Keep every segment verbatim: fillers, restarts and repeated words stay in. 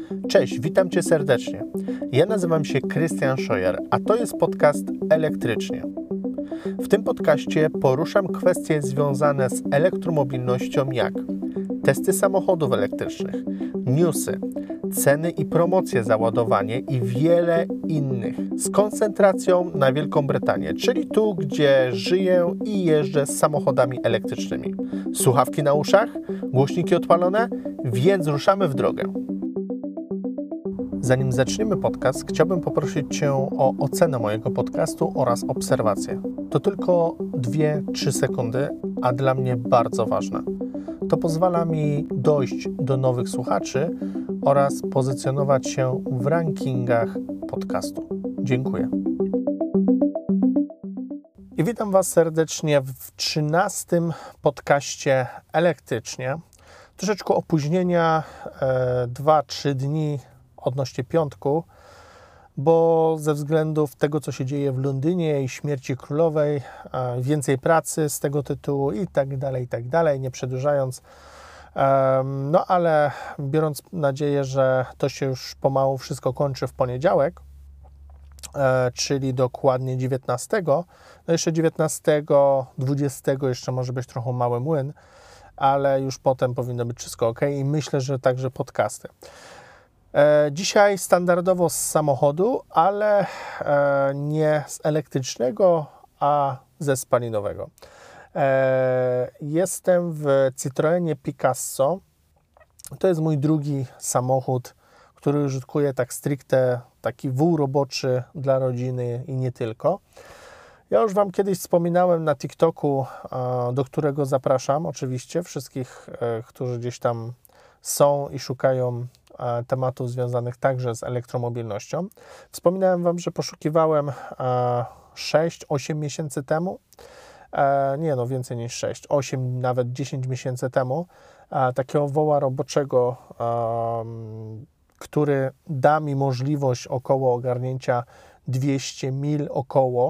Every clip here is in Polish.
Cześć, witam Cię serdecznie. Ja nazywam się Krystian Scheuer, a to jest podcast Elektrycznie. W tym podcaście poruszam kwestie związane z elektromobilnością jak testy samochodów elektrycznych, newsy, ceny i promocje za ładowanie i wiele innych, z koncentracją na Wielką Brytanię, czyli tu, gdzie żyję i jeżdżę z samochodami elektrycznymi. Słuchawki na uszach, głośniki odpalone, więc ruszamy w drogę. Zanim zaczniemy podcast, chciałbym poprosić Cię o ocenę mojego podcastu oraz obserwację. To tylko dwie trzy sekundy, a dla mnie bardzo ważne. To pozwala mi dojść do nowych słuchaczy oraz pozycjonować się w rankingach podcastu. Dziękuję. I witam Was serdecznie w trzynastym podcaście Elektrycznie. Troszeczkę opóźnienia, dwa trzy dni odnośnie piątku, bo ze względów tego, co się dzieje w Londynie i śmierci królowej, więcej pracy z tego tytułu i tak dalej, i tak dalej, nie przedłużając. No ale biorąc nadzieję, że to się już pomału wszystko kończy w poniedziałek, czyli dokładnie dziewiętnastego, no jeszcze dziewiętnastego, dwudziestego jeszcze może być trochę mały młyn, ale już potem powinno być wszystko ok i myślę, że także podcasty. Dzisiaj standardowo z samochodu, ale nie z elektrycznego, a ze spalinowego. Jestem w Citroenie Picasso. To jest mój drugi samochód, który użytkuję tak stricte, taki wół roboczy dla rodziny i nie tylko. Ja już Wam kiedyś wspominałem na TikToku, do którego zapraszam oczywiście wszystkich, którzy gdzieś tam są i szukają tematów związanych także z elektromobilnością. Wspominałem Wam, że poszukiwałem sześć osiem miesięcy temu, nie no więcej niż sześć, osiem, nawet dziesięć miesięcy temu, takiego woła roboczego, który da mi możliwość około ogarnięcia dwieście mil około.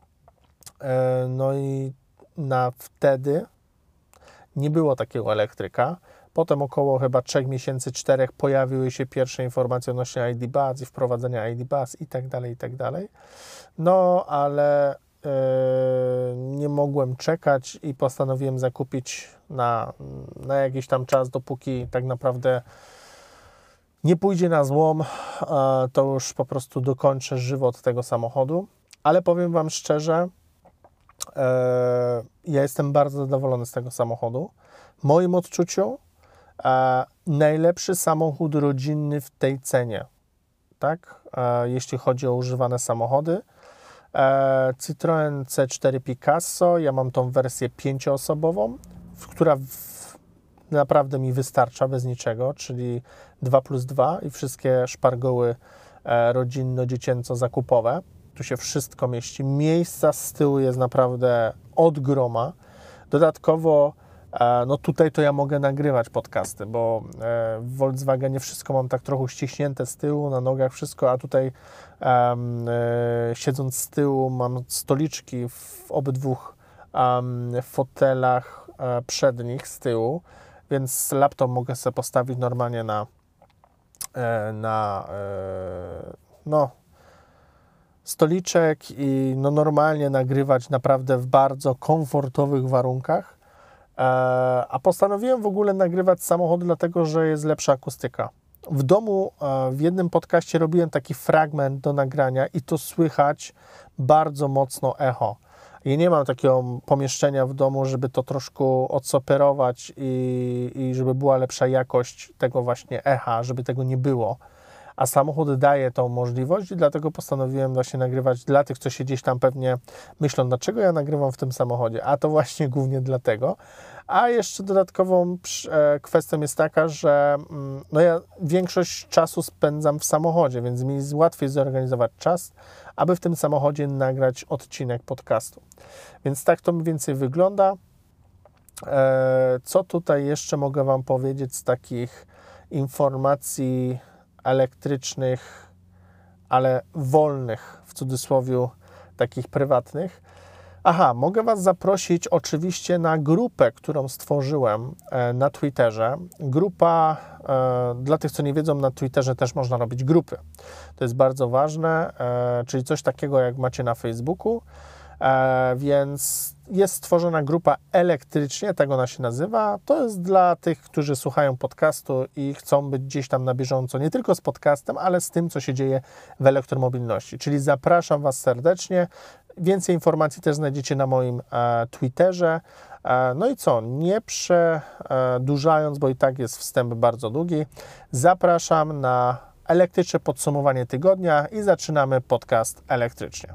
No i na wtedy nie było takiego elektryka. Potem około chyba trzech miesięcy, czterech pojawiły się pierwsze informacje odnośnie I D Buzz i wprowadzenia I D Buzz i tak dalej, i tak dalej. No, ale yy, nie mogłem czekać i postanowiłem zakupić na, na jakiś tam czas, dopóki tak naprawdę nie pójdzie na złom, yy, to już po prostu dokończę żywot tego samochodu. Ale powiem Wam szczerze, yy, ja jestem bardzo zadowolony z tego samochodu. W moim odczuciu E, najlepszy samochód rodzinny w tej cenie, tak? E, jeśli chodzi o używane samochody. E, Citroen C cztery Picasso, ja mam tą wersję pięcioosobową, w, która w, naprawdę mi wystarcza bez niczego, czyli dwa plus dwa i wszystkie szpargoły e, rodzinno-dziecięco-zakupowe. Tu się wszystko mieści. Miejsca z tyłu jest naprawdę od groma. Dodatkowo no tutaj to ja mogę nagrywać podcasty, bo w Volkswagenie wszystko mam tak trochę ściśnięte z tyłu, na nogach wszystko, a tutaj um, siedząc z tyłu mam stoliczki w obydwu um, fotelach um, przednich z tyłu, więc laptop mogę sobie postawić normalnie na, na no, stoliczek i no, normalnie nagrywać naprawdę w bardzo komfortowych warunkach. A postanowiłem w ogóle nagrywać samochód, dlatego że jest lepsza akustyka. W domu w jednym podcaście robiłem taki fragment do nagrania i to słychać bardzo mocno echo. Ja nie mam takiego pomieszczenia w domu, żeby to troszkę odsoperować i, i żeby była lepsza jakość tego właśnie echa, żeby tego nie było. A samochód daje tą możliwość i dlatego postanowiłem właśnie nagrywać dla tych, co się gdzieś tam pewnie myślą, dlaczego ja nagrywam w tym samochodzie, a to właśnie głównie dlatego. A jeszcze dodatkową kwestią jest taka, że no ja większość czasu spędzam w samochodzie, więc mi jest łatwiej zorganizować czas, aby w tym samochodzie nagrać odcinek podcastu. Więc tak to mniej więcej wygląda. Co tutaj jeszcze mogę Wam powiedzieć z takich informacji elektrycznych, ale wolnych, w cudzysłowie takich prywatnych. Aha, mogę Was zaprosić oczywiście na grupę, którą stworzyłem na Twitterze. Grupa, dla tych, co nie wiedzą, na Twitterze też można robić grupy. To jest bardzo ważne, czyli coś takiego, jak macie na Facebooku, więc jest stworzona grupa elektrycznie, tak ona się nazywa. To jest dla tych, którzy słuchają podcastu i chcą być gdzieś tam na bieżąco, nie tylko z podcastem, ale z tym, co się dzieje w elektromobilności. Czyli zapraszam Was serdecznie. Więcej informacji też znajdziecie na moim e, Twitterze. E, no i co, nie przedłużając, bo i tak jest wstęp bardzo długi, zapraszam na elektryczne podsumowanie tygodnia i zaczynamy podcast elektrycznie.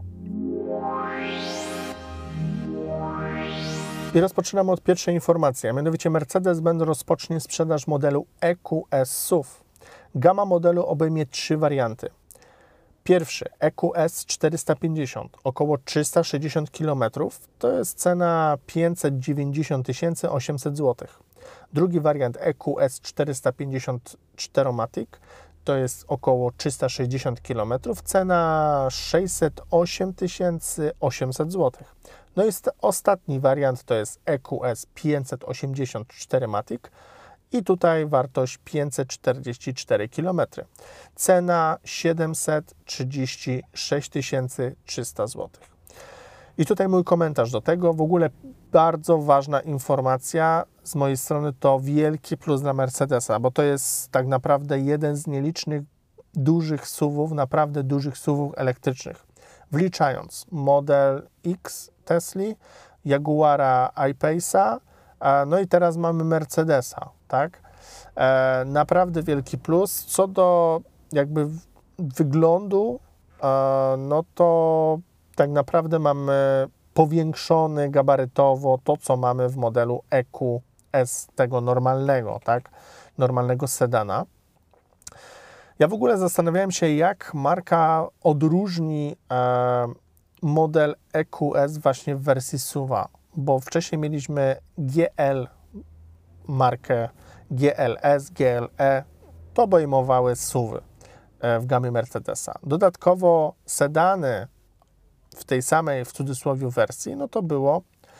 I rozpoczynamy od pierwszej informacji, a mianowicie Mercedes-Benz rozpocznie sprzedaż modelu E Q S S U V. Gama modelu obejmie trzy warianty. Pierwszy E Q S czterysta pięćdziesiąt, około trzysta sześćdziesiąt kilometrów, to jest cena pięćset dziewięćdziesiąt tysięcy osiemset złotych. Drugi wariant E Q S czterysta pięćdziesiąt cztery Matic, to jest około trzysta sześćdziesiąt kilometrów, cena sześćset osiem tysięcy osiemset złotych. No i ostatni wariant to jest E Q S pięćset osiemdziesiąt cztery Matic i tutaj wartość pięćset czterdzieści cztery kilometry. Cena siedemset trzydzieści sześć tysięcy trzysta złotych. I tutaj mój komentarz do tego. W ogóle bardzo ważna informacja z mojej strony, to wielki plus dla Mercedesa, bo to jest tak naprawdę jeden z nielicznych dużych S U V-ów, naprawdę dużych S U V-ów elektrycznych. Wliczając Model X Tesli, Jaguara I-Pace'a, no i teraz mamy Mercedesa, tak? E, naprawdę wielki plus. Co do jakby wyglądu, e, no to tak naprawdę mamy powiększony gabarytowo to, co mamy w modelu E Q S, tego normalnego, tak? Normalnego sedana. Ja w ogóle zastanawiałem się, jak marka odróżni e, model E Q S właśnie w wersji S U V-a, bo wcześniej mieliśmy G L, markę G L S, G L E, to obejmowały S U V-y w gamie Mercedesa. Dodatkowo sedany w tej samej, w cudzysłowie, wersji, no to było,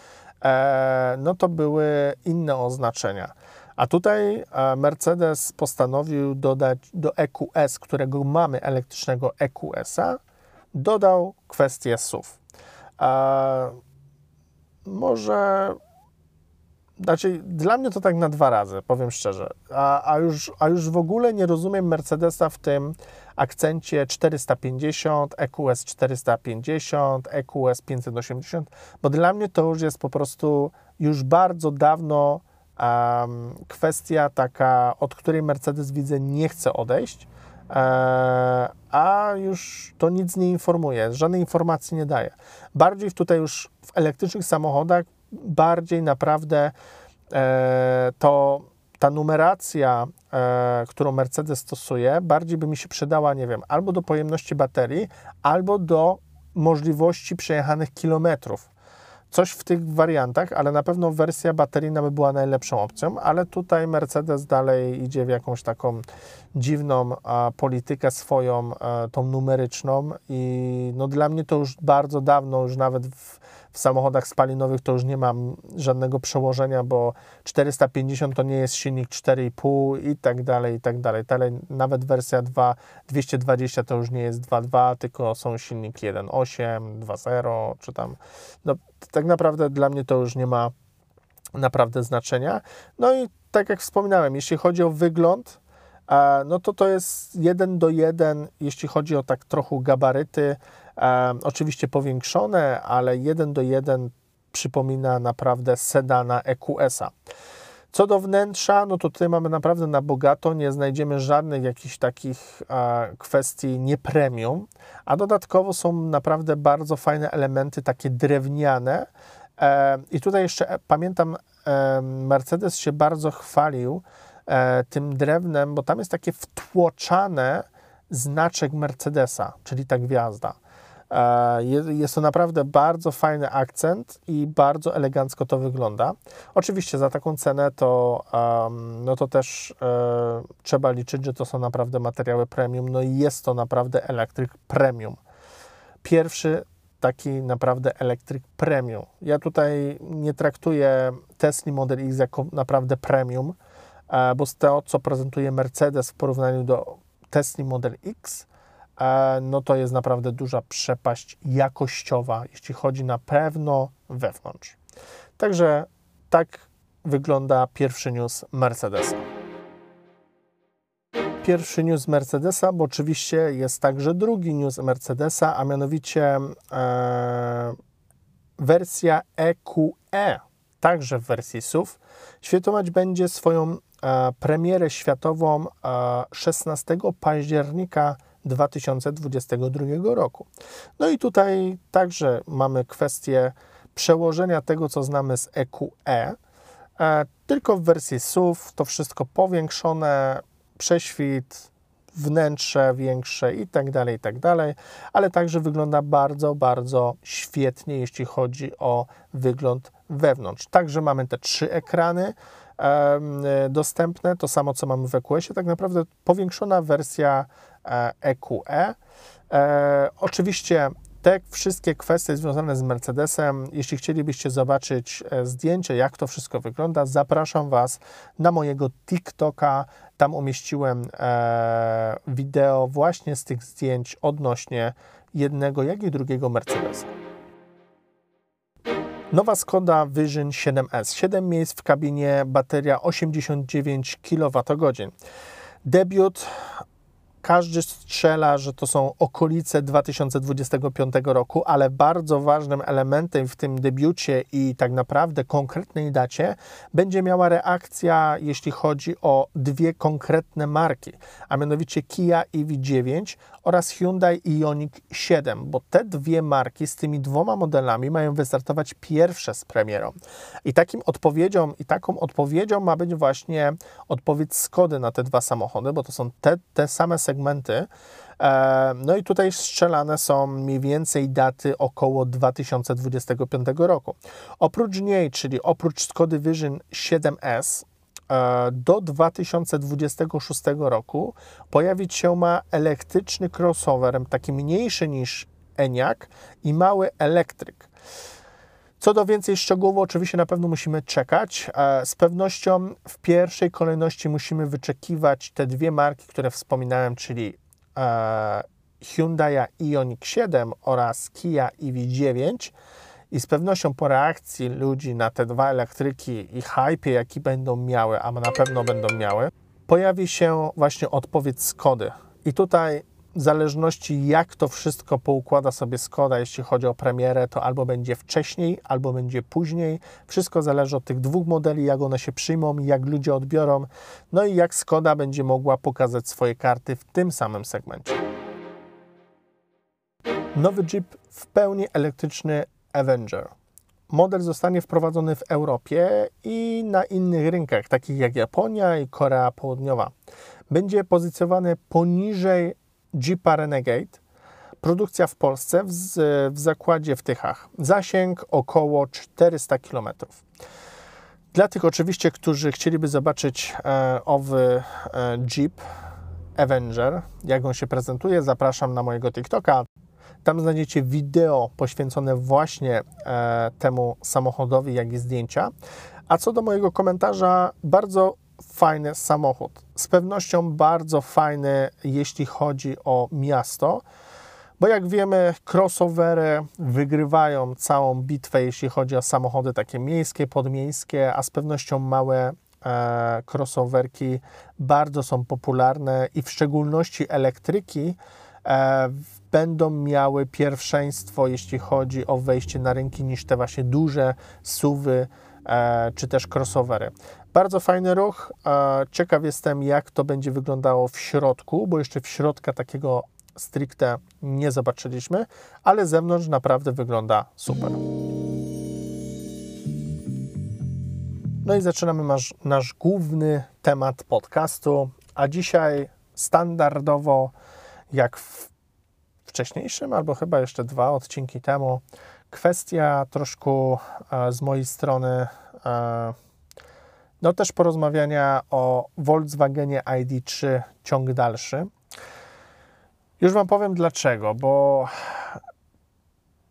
e, no to były inne oznaczenia. A tutaj Mercedes postanowił dodać do E Q S, którego mamy elektrycznego E Q S-a, dodał kwestię S U V. E, może, znaczy dla mnie to tak na dwa razy, powiem szczerze, a, a, już, a już w ogóle nie rozumiem Mercedesa w tym akcencie czterysta pięćdziesiąt, E Q S czterysta pięćdziesiąt, E Q S pięćset osiemdziesiąt, bo dla mnie to już jest po prostu już bardzo dawno um, kwestia taka, od której Mercedes, widzę, nie chce odejść, e, a już to nic nie informuje, żadnej informacji nie daje. Bardziej tutaj już w elektrycznych samochodach bardziej naprawdę e, to ta numeracja, e, którą Mercedes stosuje, bardziej by mi się przydała, nie wiem, albo do pojemności baterii, albo do możliwości przejechanych kilometrów. Coś w tych wariantach, ale na pewno wersja bateryjna by była najlepszą opcją, ale tutaj Mercedes dalej idzie w jakąś taką dziwną a, politykę swoją, a, tą numeryczną i no dla mnie to już bardzo dawno, już nawet w, w samochodach spalinowych to już nie mam żadnego przełożenia, bo czterysta pięćdziesiąt to nie jest silnik cztery i pół i tak dalej, i tak dalej. Nawet wersja dwa, dwieście dwadzieścia to już nie jest dwa dwa, tylko są silniki jeden osiem, dwa zero, czy tam, no tak naprawdę dla mnie to już nie ma naprawdę znaczenia. No i tak jak wspominałem, jeśli chodzi o wygląd, no to to jest jeden do jeden, jeśli chodzi o tak trochę gabaryty, e, oczywiście powiększone, ale jeden do jeden przypomina naprawdę sedana E Q S-a. Co do wnętrza, no to tutaj mamy naprawdę na bogato, nie znajdziemy żadnych jakichś takich e, kwestii nie premium, a dodatkowo są naprawdę bardzo fajne elementy, takie drewniane. E, I tutaj jeszcze e, pamiętam, e, Mercedes się bardzo chwalił e, tym drewnem, bo tam jest takie wtłoczane znaczek Mercedesa, czyli ta gwiazda. Jest to naprawdę bardzo fajny akcent i bardzo elegancko to wygląda. Oczywiście za taką cenę to, no to też trzeba liczyć, że to są naprawdę materiały premium, no i jest to naprawdę elektryk premium. Pierwszy taki naprawdę elektryk premium. Ja tutaj nie traktuję Tesla Model X jako naprawdę premium, bo z tego, co prezentuje Mercedes w porównaniu do Tesla Model X, no to jest naprawdę duża przepaść jakościowa, jeśli chodzi na pewno wewnątrz. Także tak wygląda pierwszy news Mercedesa. Pierwszy news Mercedesa, bo oczywiście jest także drugi news Mercedesa, a mianowicie e, wersja E Q E, także w wersji S U V, świętować będzie swoją e, premierę światową e, szesnastego października dwa tysiące dwudziestego drugiego roku. No i tutaj także mamy kwestię przełożenia tego, co znamy z E Q E, e, tylko w wersji S U V, to wszystko powiększone, prześwit, wnętrze większe i tak dalej, i tak dalej, ale także wygląda bardzo, bardzo świetnie, jeśli chodzi o wygląd wewnątrz. Także mamy te trzy ekrany e, dostępne, to samo, co mamy w E Q S-ie, tak naprawdę powiększona wersja E Q E. E, oczywiście te wszystkie kwestie związane z Mercedesem, jeśli chcielibyście zobaczyć zdjęcie, jak to wszystko wygląda, zapraszam Was na mojego TikToka. Tam umieściłem e, wideo właśnie z tych zdjęć odnośnie jednego, jak i drugiego Mercedesa. Nowa Skoda Vision siedem S. siedem miejsc w kabinie, bateria osiemdziesiąt dziewięć kilowatogodzin. Debiut. Każdy strzela, że to są okolice dwa tysiące dwudziestego piątego roku, ale bardzo ważnym elementem w tym debiucie i tak naprawdę konkretnej dacie będzie miała reakcja, jeśli chodzi o dwie konkretne marki, a mianowicie Kia E V dziewięć oraz Hyundai Ioniq siedem, bo te dwie marki z tymi dwoma modelami mają wystartować pierwsze z premierą. I takim odpowiedzią, i taką odpowiedzią ma być właśnie odpowiedź Skody na te dwa samochody, bo to są te, te same segmenty. No i tutaj strzelane są mniej więcej daty około dwa tysiące dwudziestego piątego roku. Oprócz niej, czyli oprócz Skody Vision siedem S, do dwa tysiące dwudziestego szóstego roku pojawić się ma elektryczny crossover, taki mniejszy niż Enyaq i mały elektryk. Co do więcej szczegółów, oczywiście na pewno musimy czekać. Z pewnością w pierwszej kolejności musimy wyczekiwać te dwie marki, które wspominałem, czyli Hyundai Ioniq siedem oraz Kia E V dziewięć. I z pewnością po reakcji ludzi na te dwa elektryki i hypie, jaki będą miały, a na pewno będą miały, pojawi się właśnie odpowiedź Skody. I tutaj w zależności jak to wszystko poukłada sobie Skoda, jeśli chodzi o premierę, to albo będzie wcześniej, albo będzie później. Wszystko zależy od tych dwóch modeli, jak one się przyjmą, jak ludzie odbiorą, no i jak Skoda będzie mogła pokazać swoje karty w tym samym segmencie. Nowy Jeep w pełni elektryczny Avenger. Model zostanie wprowadzony w Europie i na innych rynkach, takich jak Japonia i Korea Południowa. Będzie pozycjonowany poniżej Jeepa Renegade. Produkcja w Polsce w, w zakładzie w Tychach. Zasięg około czterysta kilometrów. Dla tych oczywiście, którzy chcieliby zobaczyć e, owy e, Jeep Avenger, jak on się prezentuje, zapraszam na mojego TikToka. Tam znajdziecie wideo poświęcone właśnie e, temu samochodowi, jak i zdjęcia. A co do mojego komentarza, bardzo fajny samochód. Z pewnością bardzo fajny, jeśli chodzi o miasto, bo jak wiemy, crossovery wygrywają całą bitwę, jeśli chodzi o samochody takie miejskie, podmiejskie, a z pewnością małe e, crossoverki bardzo są popularne i w szczególności elektryki e, będą miały pierwszeństwo, jeśli chodzi o wejście na rynki, niż te właśnie duże S U V-y e, czy też crossovery. Bardzo fajny ruch. E, ciekaw jestem, jak to będzie wyglądało w środku, bo jeszcze w środka takiego stricte nie zobaczyliśmy, ale z zewnątrz naprawdę wygląda super. No i zaczynamy nasz, nasz główny temat podcastu, a dzisiaj standardowo, jak w wcześniejszym, albo chyba jeszcze dwa odcinki temu, kwestia troszkę e, z mojej strony e, no też porozmawiania o Volkswagenie I D trzy ciąg dalszy. Już Wam powiem dlaczego, bo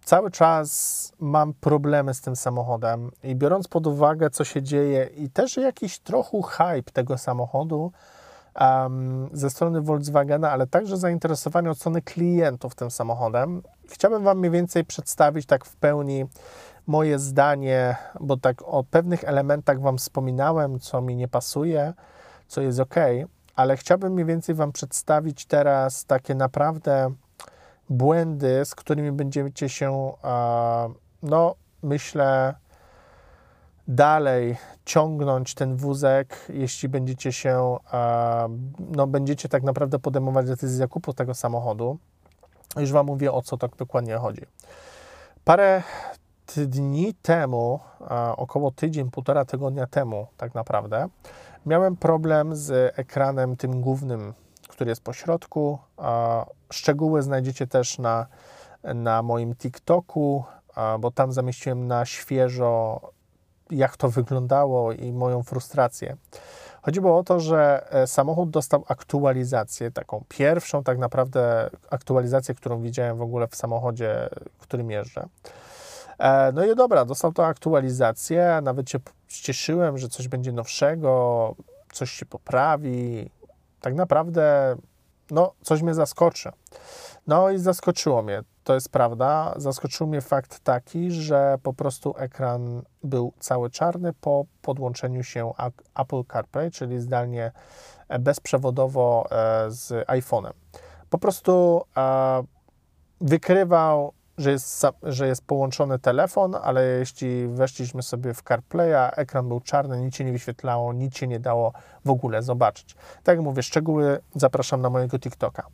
cały czas mam problemy z tym samochodem i biorąc pod uwagę, co się dzieje i też jakiś trochę hype tego samochodu um, ze strony Volkswagena, ale także zainteresowanie od strony klientów tym samochodem, chciałbym Wam mniej więcej przedstawić tak w pełni moje zdanie, bo tak o pewnych elementach Wam wspominałem, co mi nie pasuje, co jest ok, ale chciałbym mniej więcej Wam przedstawić teraz takie naprawdę błędy, z którymi będziecie się, no myślę, dalej ciągnąć ten wózek, jeśli będziecie się, no będziecie tak naprawdę podejmować decyzję zakupu tego samochodu. Już Wam mówię, o co tak dokładnie chodzi. Parę dni temu, około tydzień, półtora tygodnia temu tak naprawdę, miałem problem z ekranem tym głównym, który jest po środku. Szczegóły znajdziecie też na, na moim TikToku, bo tam zamieściłem na świeżo, jak to wyglądało i moją frustrację. Chodziło o to, że samochód dostał aktualizację, taką pierwszą tak naprawdę aktualizację, którą widziałem w ogóle w samochodzie, którym jeżdżę. No i dobra, dostał tą aktualizację, nawet się cieszyłem, że coś będzie nowszego, coś się poprawi. Tak naprawdę, no, coś mnie zaskoczy. No i zaskoczyło mnie, to jest prawda. Zaskoczył mnie fakt taki, że po prostu ekran był cały czarny po podłączeniu się Apple CarPlay, czyli zdalnie bezprzewodowo z iPhone'em. Po prostu wykrywał, że jest, że jest połączony telefon, ale jeśli weszliśmy sobie w CarPlaya, ekran był czarny, nic się nie wyświetlało, nic się nie dało w ogóle zobaczyć. Tak jak mówię, szczegóły zapraszam na mojego TikToka.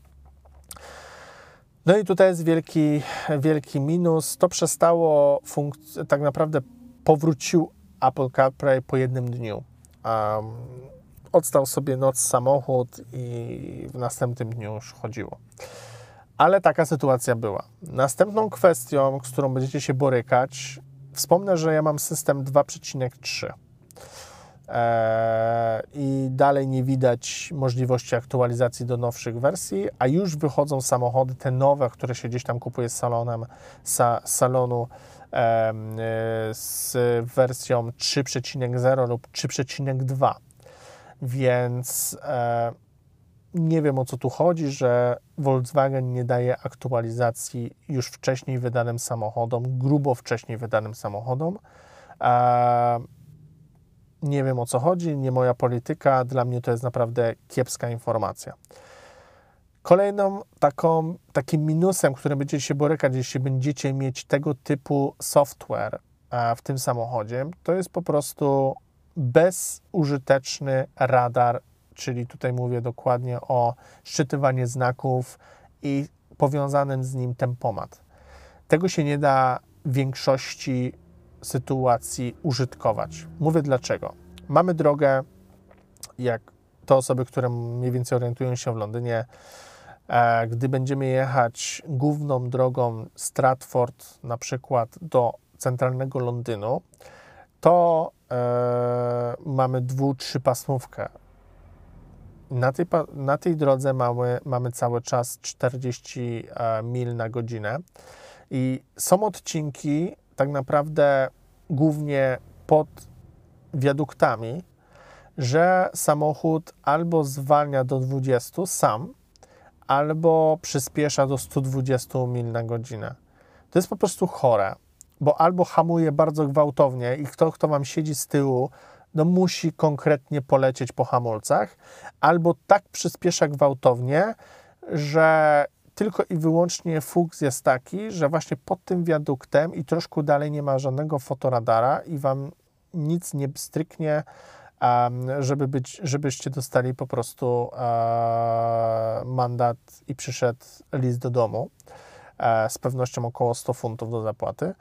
No i tutaj jest wielki, wielki minus. To przestało funkcjonować, tak naprawdę powrócił Apple CarPlay po jednym dniu. Um, odstał sobie noc samochód i w następnym dniu już chodziło. Ale taka sytuacja była. Następną kwestią, z którą będziecie się borykać, wspomnę, że ja mam system dwa przecinek trzy eee, i dalej nie widać możliwości aktualizacji do nowszych wersji, a już wychodzą samochody, te nowe, które się gdzieś tam kupuje z salonem, sa, salonu eee, z wersją trzy przecinek zero lub trzy przecinek dwa. Więc eee, nie wiem, o co tu chodzi, że Volkswagen nie daje aktualizacji już wcześniej wydanym samochodom, grubo wcześniej wydanym samochodom. Eee, nie wiem, o co chodzi, nie moja polityka, dla mnie to jest naprawdę kiepska informacja. Kolejną taką, takim minusem, którym będziecie się borykać, jeśli będziecie mieć tego typu software e, w tym samochodzie, to jest po prostu bezużyteczny radar, czyli tutaj mówię dokładnie o szczytywaniu znaków i powiązanym z nim tempomat. Tego się nie da w większości sytuacji użytkować. Mówię dlaczego. Mamy drogę, jak to osoby, które mniej więcej orientują się w Londynie, e, gdy będziemy jechać główną drogą Stratford na przykład do centralnego Londynu, to e, mamy dwu-, trzypasmówkę. Na tej, na tej drodze mamy, mamy cały czas czterdzieści mil na godzinę i są odcinki tak naprawdę głównie pod wiaduktami, że samochód albo zwalnia do dwudziestu sam, albo przyspiesza do stu dwudziestu mil na godzinę. To jest po prostu chore, bo albo hamuje bardzo gwałtownie i kto, kto Wam siedzi z tyłu, no musi konkretnie polecieć po hamulcach, albo tak przyspiesza gwałtownie, że tylko i wyłącznie fuks jest taki, że właśnie pod tym wiaduktem i troszkę dalej nie ma żadnego fotoradara i Wam nic nie stryknie, żeby być, żebyście dostali po prostu mandat i przyszedł list do domu, z pewnością około sto funtów do zapłaty.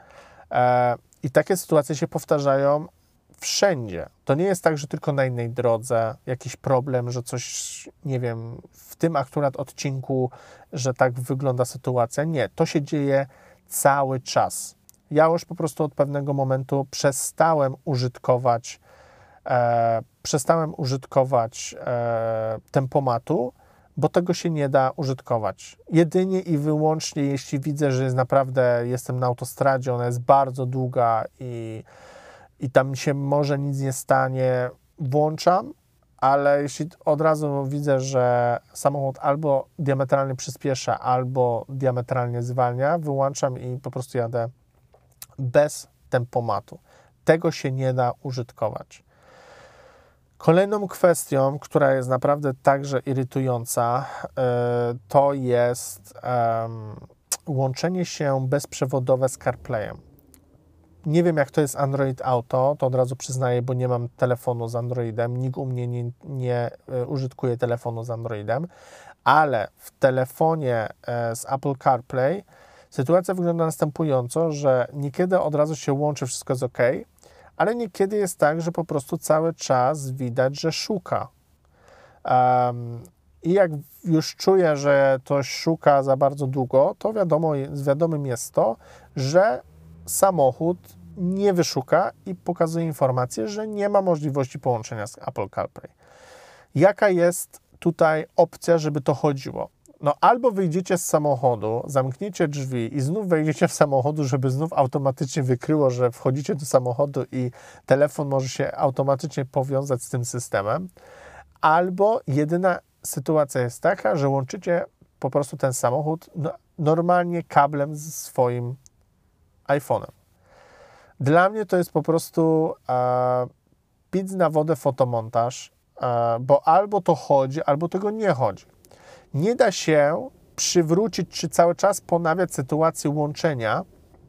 I takie sytuacje się powtarzają wszędzie. To nie jest tak, że tylko na innej drodze jakiś problem, że coś, nie wiem, w tym akurat odcinku, że tak wygląda sytuacja. Nie, to się dzieje cały czas. Ja już po prostu od pewnego momentu przestałem użytkować e, przestałem użytkować e, tempomatu, bo tego się nie da użytkować. Jedynie i wyłącznie, jeśli widzę, że jest naprawdę, jestem na autostradzie, ona jest bardzo długa i, i tam się może nic nie stanie, włączam, ale jeśli od razu widzę, że samochód albo diametralnie przyspiesza, albo diametralnie zwalnia, wyłączam i po prostu jadę bez tempomatu. Tego się nie da użytkować. Kolejną kwestią, która jest naprawdę także irytująca, to jest łączenie się bezprzewodowe z CarPlayem. Nie wiem, jak to jest Android Auto, to od razu przyznaję, bo nie mam telefonu z Androidem, nikt u mnie nie, nie użytkuje telefonu z Androidem, ale w telefonie z Apple CarPlay sytuacja wygląda następująco, że niekiedy od razu się łączy, wszystko jest OK, ale niekiedy jest tak, że po prostu cały czas widać, że szuka. Um, I jak już czuję, że coś szuka za bardzo długo, to wiadomo, wiadomym jest to, że samochód nie wyszuka i pokazuje informację, że nie ma możliwości połączenia z Apple CarPlay. Jaka jest tutaj opcja, żeby to chodziło? No albo wyjdziecie z samochodu, zamkniecie drzwi i znów wejdziecie w samochodu, żeby znów automatycznie wykryło, że wchodzicie do samochodu i telefon może się automatycznie powiązać z tym systemem, albo jedyna sytuacja jest taka, że łączycie po prostu ten samochód no, normalnie kablem z swoim iPhone'em. Dla mnie to jest po prostu e, pic na wodę fotomontaż, e, bo albo to chodzi, albo tego nie chodzi. Nie da się przywrócić, czy cały czas ponawiać sytuację łączenia,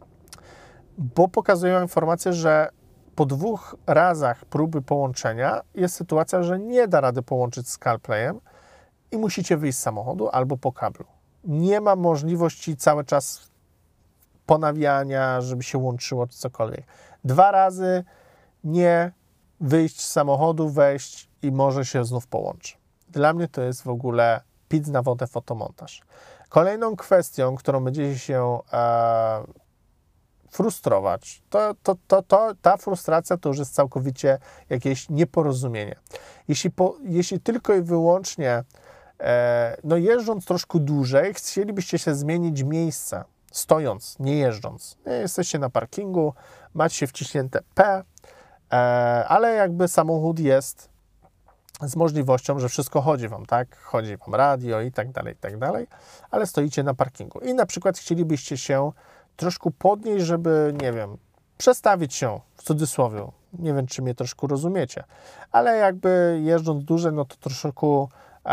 bo pokazują informację, że po dwóch razach próby połączenia jest sytuacja, że nie da rady połączyć z CarPlayem i musicie wyjść z samochodu albo po kablu. Nie ma możliwości cały czas ponawiania, żeby się łączyło czy cokolwiek. Dwa razy nie wyjść z samochodu, wejść i może się znów połączy. Dla mnie to jest w ogóle pic na wodę fotomontaż. Kolejną kwestią, którą będzie się e, frustrować, to, to, to, to ta frustracja to już jest całkowicie jakieś nieporozumienie. Jeśli, po, jeśli tylko i wyłącznie e, no jeżdżąc troszkę dłużej, chcielibyście się zmienić miejsce, stojąc, nie jeżdżąc. Jesteście na parkingu, macie wciśnięte P, e, ale jakby samochód jest z możliwością, że wszystko chodzi Wam, tak? Chodzi Wam radio i tak dalej, i tak dalej, ale stoicie na parkingu i na przykład chcielibyście się troszkę podnieść, żeby, nie wiem, przestawić się, w cudzysłowie, nie wiem, czy mnie troszkę rozumiecie, ale jakby jeżdżąc dłużej, no to troszkę e,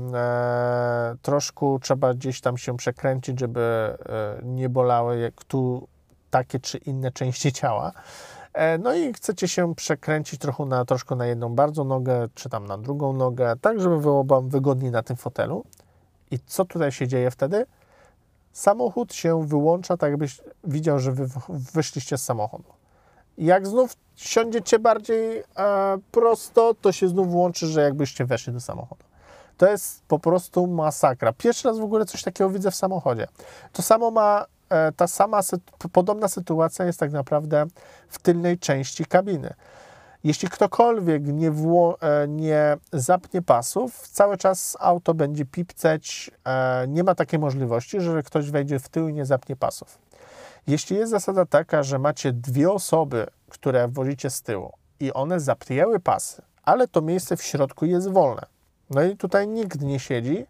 e, troszkę trzeba gdzieś tam się przekręcić, żeby e, nie bolały jak tu takie czy inne części ciała. No i chcecie się przekręcić trochę na, troszkę na jedną bardzo nogę, czy tam na drugą nogę, tak żeby było Wam wygodniej na tym fotelu. I co tutaj się dzieje wtedy? Samochód się wyłącza, tak jakbyś widział, że wy wyszliście z samochodu. Jak znów siądziecie bardziej e, prosto, to się znów włączy, że jakbyście weszli do samochodu. To jest po prostu masakra. Pierwszy raz w ogóle coś takiego widzę w samochodzie. To samo ma Ta sama, podobna sytuacja jest tak naprawdę w tylnej części kabiny. Jeśli ktokolwiek nie, nie zapnie pasów, cały czas auto będzie pipceć, nie ma takiej możliwości, że ktoś wejdzie w tył i nie zapnie pasów. Jeśli jest zasada taka, że macie dwie osoby, które wozicie z tyłu i one zapnięły pasy, ale to miejsce w środku jest wolne, no i tutaj nikt nie siedzi,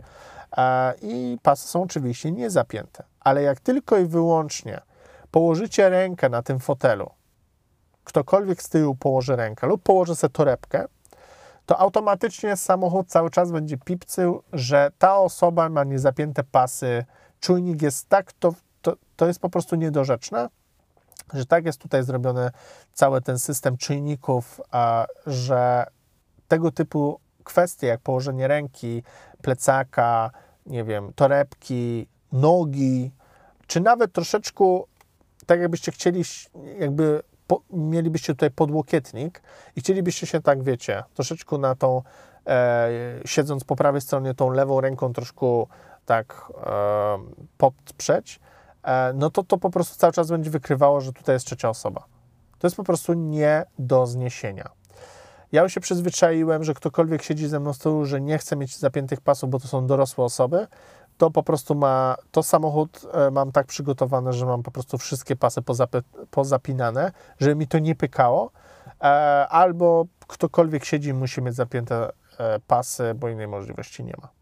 i pasy są oczywiście niezapięte. Ale jak tylko i wyłącznie położycie rękę na tym fotelu, ktokolwiek z tyłu położy rękę lub położy sobie torebkę, to automatycznie samochód cały czas będzie pipcył, że ta osoba ma niezapięte pasy, czujnik jest tak, to, to, to jest po prostu niedorzeczne, że tak jest tutaj zrobiony cały ten system czujników, a, że tego typu kwestie jak położenie ręki, plecaka, nie wiem, torebki, nogi, czy nawet troszeczkę, tak jakbyście chcieli, jakby po, mielibyście tutaj podłokietnik i chcielibyście się tak, wiecie, troszeczkę na tą, e, siedząc po prawej stronie, tą lewą ręką troszkę tak e, podprzeć, e, no to to po prostu cały czas będzie wykrywało, że tutaj jest trzecia osoba. To jest po prostu nie do zniesienia. Ja już się przyzwyczaiłem, że ktokolwiek siedzi ze mną z tyłu, że nie chce mieć zapiętych pasów, bo to są dorosłe osoby, to po prostu ma, to samochód mam tak przygotowany, że mam po prostu wszystkie pasy pozapy, pozapinane, żeby mi to nie pykało, albo ktokolwiek siedzi, musi mieć zapięte pasy, bo innej możliwości nie ma.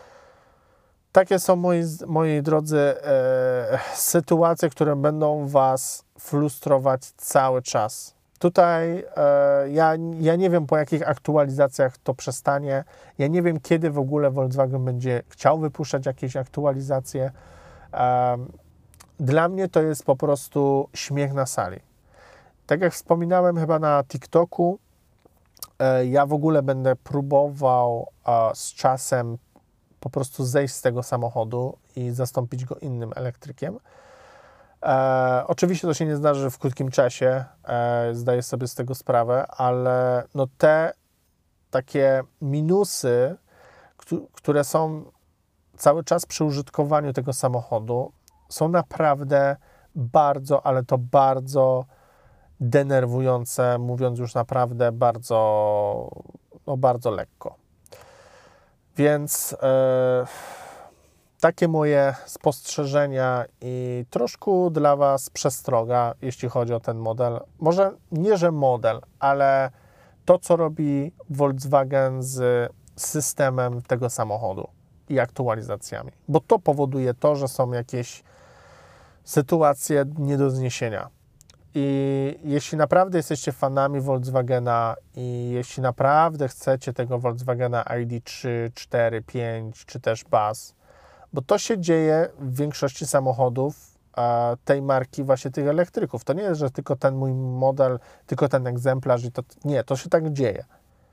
Takie są, moi, moi drodzy, e, sytuacje, które będą Was frustrować cały czas. Tutaj e, ja, ja nie wiem, po jakich aktualizacjach to przestanie. Ja nie wiem, kiedy w ogóle Volkswagen będzie chciał wypuszczać jakieś aktualizacje. E, dla mnie to jest po prostu śmiech na sali. Tak jak wspominałem chyba na TikToku, e, ja w ogóle będę próbował e, z czasem po prostu zejść z tego samochodu i zastąpić go innym elektrykiem. E, oczywiście to się nie zdarzy w krótkim czasie, e, zdaję sobie z tego sprawę, ale no te takie minusy, które są cały czas przy użytkowaniu tego samochodu, są naprawdę bardzo, ale to bardzo denerwujące, mówiąc już naprawdę bardzo, no bardzo lekko. Więc e, takie moje spostrzeżenia i troszkę dla Was przestroga, jeśli chodzi o ten model. Może nie, że model, ale to, co robi Volkswagen z systemem tego samochodu i aktualizacjami. Bo to powoduje to, że są jakieś sytuacje nie do zniesienia. I jeśli naprawdę jesteście fanami Volkswagena i jeśli naprawdę chcecie tego Volkswagena I D trzy, cztery, pięć czy też Buzz, bo to się dzieje w większości samochodów a, tej marki, właśnie tych elektryków. To nie jest, że tylko ten mój model, tylko ten egzemplarz i to nie, to się tak dzieje.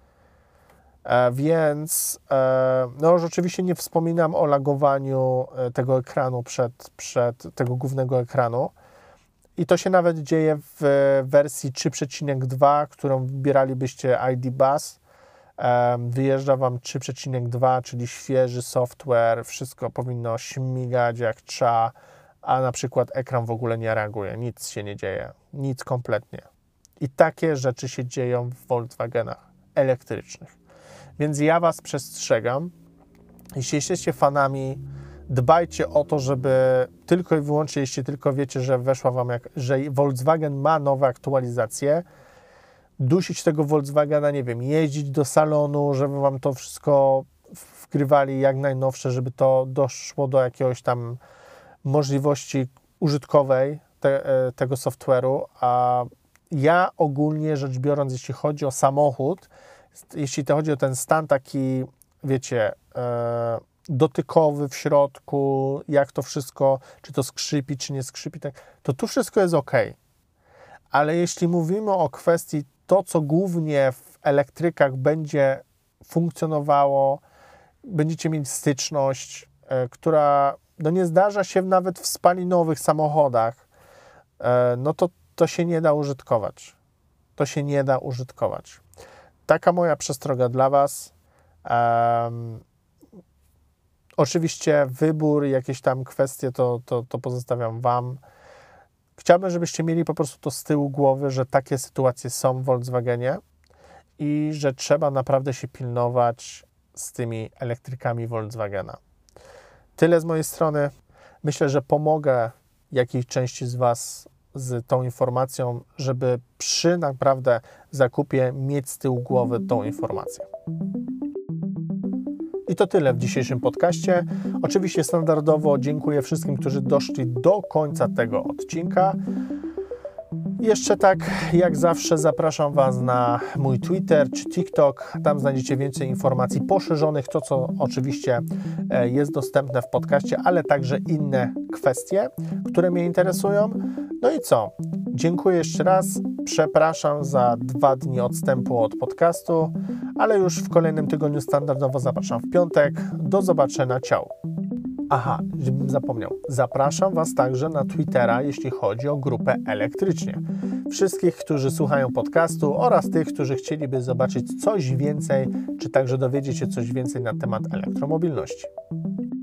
E, więc e, no już oczywiście nie wspominam o lagowaniu tego ekranu przed, przed tego głównego ekranu. I to się nawet dzieje w wersji trzy przecinek dwa, którą wybieralibyście I D Buzz. Wyjeżdża Wam trzy przecinek dwa, czyli świeży software, wszystko powinno śmigać jak trzeba, a na przykład ekran w ogóle nie reaguje, nic się nie dzieje, nic kompletnie. I takie rzeczy się dzieją w Volkswagenach elektrycznych. Więc ja Was przestrzegam, jeśli jesteście fanami, dbajcie o to, żeby tylko i wyłącznie, jeśli tylko wiecie, że weszła Wam, jak, że Volkswagen ma nowe aktualizacje, dusić tego Volkswagena, nie wiem, jeździć do salonu, żeby Wam to wszystko wgrywali jak najnowsze, żeby to doszło do jakiegoś tam możliwości użytkowej te, tego software'u, a ja ogólnie rzecz biorąc, jeśli chodzi o samochód, jeśli to chodzi o ten stan taki, wiecie, e, dotykowy w środku, jak to wszystko, czy to skrzypi, czy nie skrzypi, tak, to tu wszystko jest ok. Ale jeśli mówimy o kwestii to, co głównie w elektrykach będzie funkcjonowało, będziecie mieć styczność, e, która no nie zdarza się nawet w spalinowych samochodach, e, no to to się nie da użytkować. To się nie da użytkować. Taka moja przestroga dla Was. Um, Oczywiście wybór, jakieś tam kwestie, to, to, to pozostawiam Wam. Chciałbym, żebyście mieli po prostu to z tyłu głowy, że takie sytuacje są w Volkswagenie i że trzeba naprawdę się pilnować z tymi elektrykami Volkswagena. Tyle z mojej strony. Myślę, że pomogę jakiejś części z Was z tą informacją, żeby przy naprawdę zakupie mieć z tyłu głowy tą informację. I to tyle w dzisiejszym podcaście. Oczywiście standardowo dziękuję wszystkim, którzy doszli do końca tego odcinka. Jeszcze tak, jak zawsze zapraszam Was na mój Twitter czy TikTok. Tam znajdziecie więcej informacji poszerzonych, to co oczywiście jest dostępne w podcaście, ale także inne kwestie, które mnie interesują. No i co? Dziękuję jeszcze raz. Przepraszam za dwa dni odstępu od podcastu, ale już w kolejnym tygodniu standardowo zapraszam w piątek. Do zobaczenia. Ciao. Aha, żebym zapomniał. Zapraszam Was także na Twittera, jeśli chodzi o grupę Elektrycznie. Wszystkich, którzy słuchają podcastu oraz tych, którzy chcieliby zobaczyć coś więcej, czy także dowiedzieć się coś więcej na temat elektromobilności.